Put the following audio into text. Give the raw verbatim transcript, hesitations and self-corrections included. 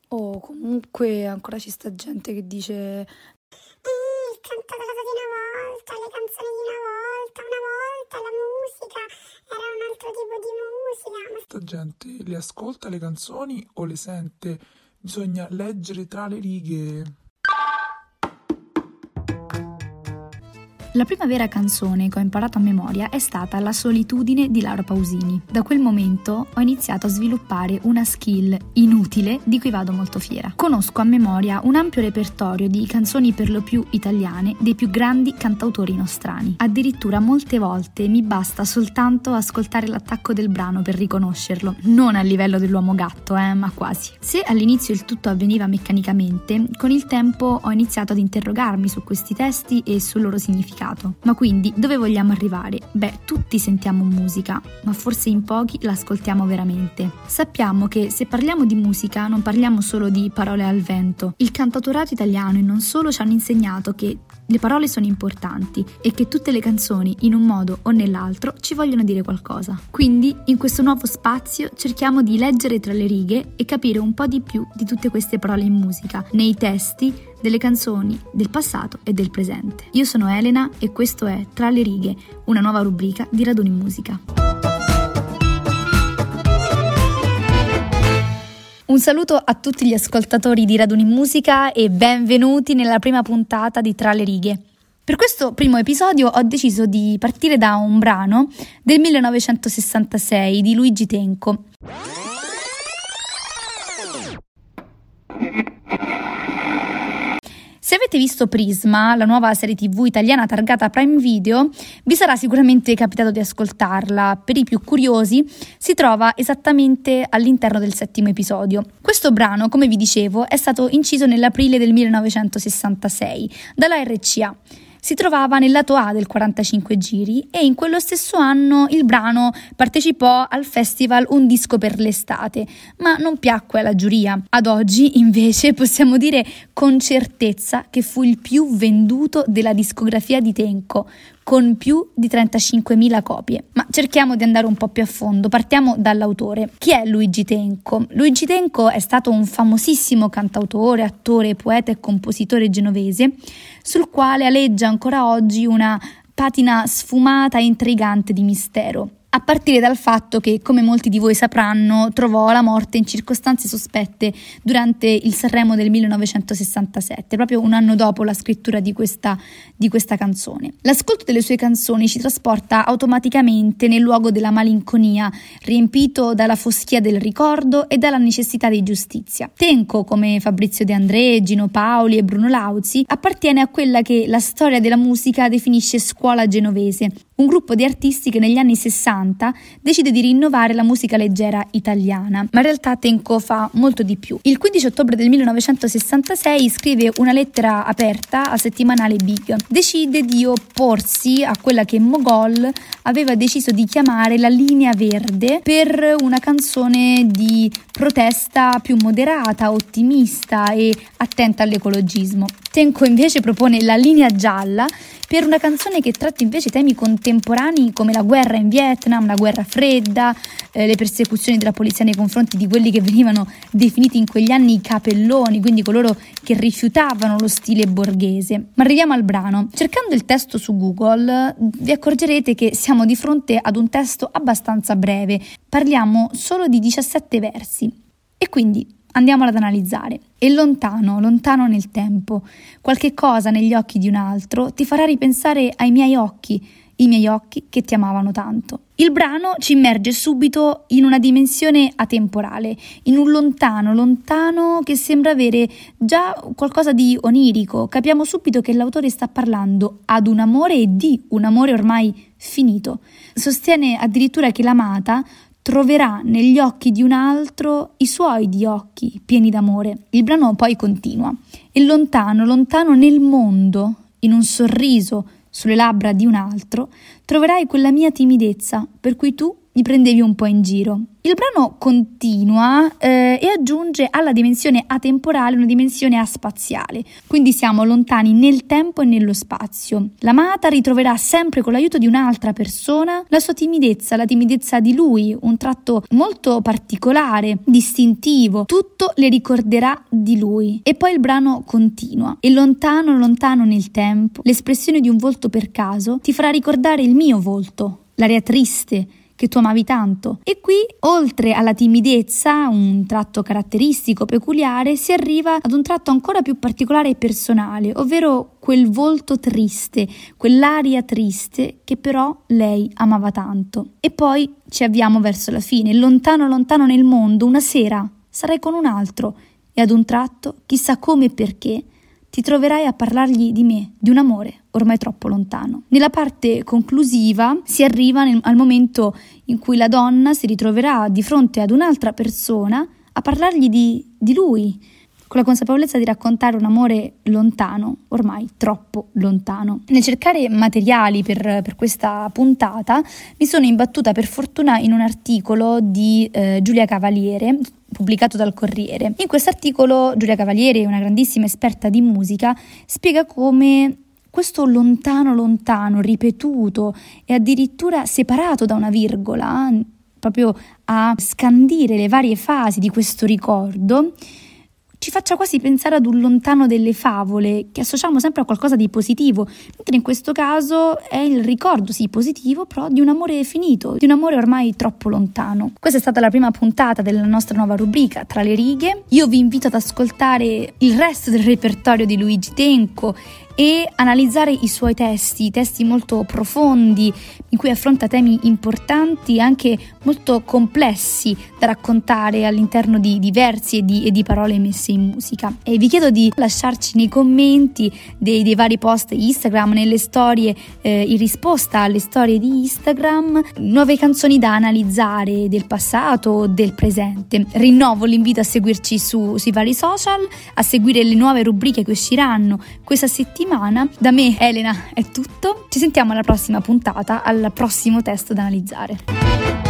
O comunque ancora ci sta gente che dice Eh, il cantato di una volta, le canzoni di una volta, una volta la musica era un altro tipo di musica. La gente le ascolta le canzoni o le sente? Bisogna leggere tra le righe. La prima vera canzone che ho imparato a memoria è stata La solitudine di Laura Pausini. Da quel momento ho iniziato a sviluppare una skill inutile di cui vado molto fiera. Conosco a memoria un ampio repertorio di canzoni per lo più italiane dei più grandi cantautori nostrani. Addirittura molte volte mi basta soltanto ascoltare l'attacco del brano per riconoscerlo, non a livello dell'uomo gatto, eh, ma quasi. Se all'inizio il tutto avveniva meccanicamente, con il tempo ho iniziato ad interrogarmi su questi testi e sul loro significato. Ma quindi dove vogliamo arrivare? Beh, tutti sentiamo musica, ma forse in pochi l'ascoltiamo veramente. Sappiamo che se parliamo di musica non parliamo solo di parole al vento. Il cantautorato italiano e non solo ci hanno insegnato che le parole sono importanti e che tutte le canzoni, in un modo o nell'altro, ci vogliono dire qualcosa. Quindi, in questo nuovo spazio, cerchiamo di leggere tra le righe e capire un po' di più di tutte queste parole in musica, nei testi, delle canzoni del passato e del presente. Io sono Elena e questo è Tra le righe, una nuova rubrica di Raduni Musica. Un saluto a tutti gli ascoltatori di Raduni Musica e benvenuti nella prima puntata di Tra le righe. Per questo primo episodio ho deciso di partire da un brano del millenovecentosessantasei di Luigi Tenco. Se avete visto Prisma, la nuova serie tivù italiana targata Prime Video, vi sarà sicuramente capitato di ascoltarla. Per i più curiosi, si trova esattamente all'interno del settimo episodio. Questo brano, come vi dicevo, è stato inciso nell'aprile del millenovecentosessantasei dalla R C A. Si trovava nel lato A del quarantacinque giri e in quello stesso anno il brano partecipò al festival Un disco per l'estate, ma non piacque alla giuria. Ad oggi, invece, possiamo dire con certezza che fu il più venduto della discografia di Tenco, con più di trentacinquemila copie. Ma cerchiamo di andare un po' più a fondo, partiamo dall'autore. Chi è Luigi Tenco? Luigi Tenco è stato un famosissimo cantautore, attore, poeta e compositore genovese, sul quale aleggia ancora oggi una patina sfumata e intrigante di mistero. A partire dal fatto che, come molti di voi sapranno, trovò la morte in circostanze sospette durante il Sanremo del millenovecentosessantasette, proprio un anno dopo la scrittura di questa, di questa canzone. L'ascolto delle sue canzoni ci trasporta automaticamente nel luogo della malinconia, riempito dalla foschia del ricordo e dalla necessità di giustizia. Tenco, come Fabrizio De André, Gino Paoli e Bruno Lauzi, appartiene a quella che la storia della musica definisce scuola genovese, un gruppo di artisti che negli anni sessanta decide di rinnovare la musica leggera italiana, ma in realtà Tenco fa molto di più. Il quindici ottobre del millenovecentosessantasei scrive una lettera aperta al settimanale Big. Decide di opporsi a quella che Mogol aveva deciso di chiamare la linea verde per una canzone di protesta più moderata, ottimista e attenta all'ecologismo. Tenco invece propone la linea gialla per una canzone che tratta invece temi contemporanei come la guerra in Vietnam, la guerra fredda, eh, le persecuzioni della polizia nei confronti di quelli che venivano definiti in quegli anni i capelloni, quindi coloro che rifiutavano lo stile borghese. Ma arriviamo al brano. Cercando il testo su Google vi accorgerete che siamo di fronte ad un testo abbastanza breve, parliamo solo di diciassette versi e quindi andiamolo ad analizzare. E lontano, lontano nel tempo, qualche cosa negli occhi di un altro ti farà ripensare ai miei occhi, i miei occhi che ti amavano tanto. Il brano ci immerge subito in una dimensione atemporale, in un lontano, lontano che sembra avere già qualcosa di onirico. Capiamo subito che l'autore sta parlando ad un amore e di un amore ormai finito. Sostiene addirittura che l'amata troverà negli occhi di un altro i suoi di occhi pieni d'amore. Il brano poi continua. E lontano, lontano nel mondo, in un sorriso sulle labbra di un altro, troverai quella mia timidezza per cui tu mi prendevi un po' in giro. Il brano continua eh, e aggiunge alla dimensione atemporale una dimensione aspaziale, quindi siamo lontani nel tempo e nello spazio. L'amata ritroverà sempre con l'aiuto di un'altra persona la sua timidezza, la timidezza di lui, un tratto molto particolare, distintivo, tutto le ricorderà di lui. E poi il brano continua e lontano lontano nel tempo l'espressione di un volto per caso ti farà ricordare il mio volto, l'aria triste che tu amavi tanto. E qui, oltre alla timidezza, un tratto caratteristico, peculiare, si arriva ad un tratto ancora più particolare e personale, ovvero quel volto triste, quell'aria triste che però lei amava tanto. E poi ci avviamo verso la fine. Lontano lontano nel mondo, una sera sarai con un altro e ad un tratto, chissà come e perché, ti troverai a parlargli di me, di un amore ormai troppo lontano. Nella parte conclusiva si arriva nel, al momento in cui la donna si ritroverà di fronte ad un'altra persona a parlargli di, di lui, con la consapevolezza di raccontare un amore lontano, ormai troppo lontano. Nel cercare materiali per, per questa puntata mi sono imbattuta per fortuna in un articolo di eh, Giulia Cavaliere, pubblicato dal Corriere. In questo articolo Giulia Cavaliere, una grandissima esperta di musica, spiega come questo lontano lontano, ripetuto e addirittura separato da una virgola, proprio a scandire le varie fasi di questo ricordo, ci faccia quasi pensare ad un lontano delle favole che associamo sempre a qualcosa di positivo, mentre in questo caso è il ricordo, sì, positivo, però di un amore finito, di un amore ormai troppo lontano. Questa è stata la prima puntata della nostra nuova rubrica Tra le righe. Io vi invito ad ascoltare il resto del repertorio di Luigi Tenco e analizzare i suoi testi, testi molto profondi, in cui affronta temi importanti e anche molto complessi da raccontare all'interno di, di versi e di, e di parole messe in musica. E vi chiedo di lasciarci nei commenti dei, dei vari post Instagram, nelle storie, eh, in risposta alle storie di Instagram, nuove canzoni da analizzare del passato o del presente. Rinnovo l'invito a seguirci su, sui vari social, a seguire le nuove rubriche che usciranno questa settimana. Da me, Elena, è tutto. Ci sentiamo alla prossima puntata, al prossimo testo da analizzare.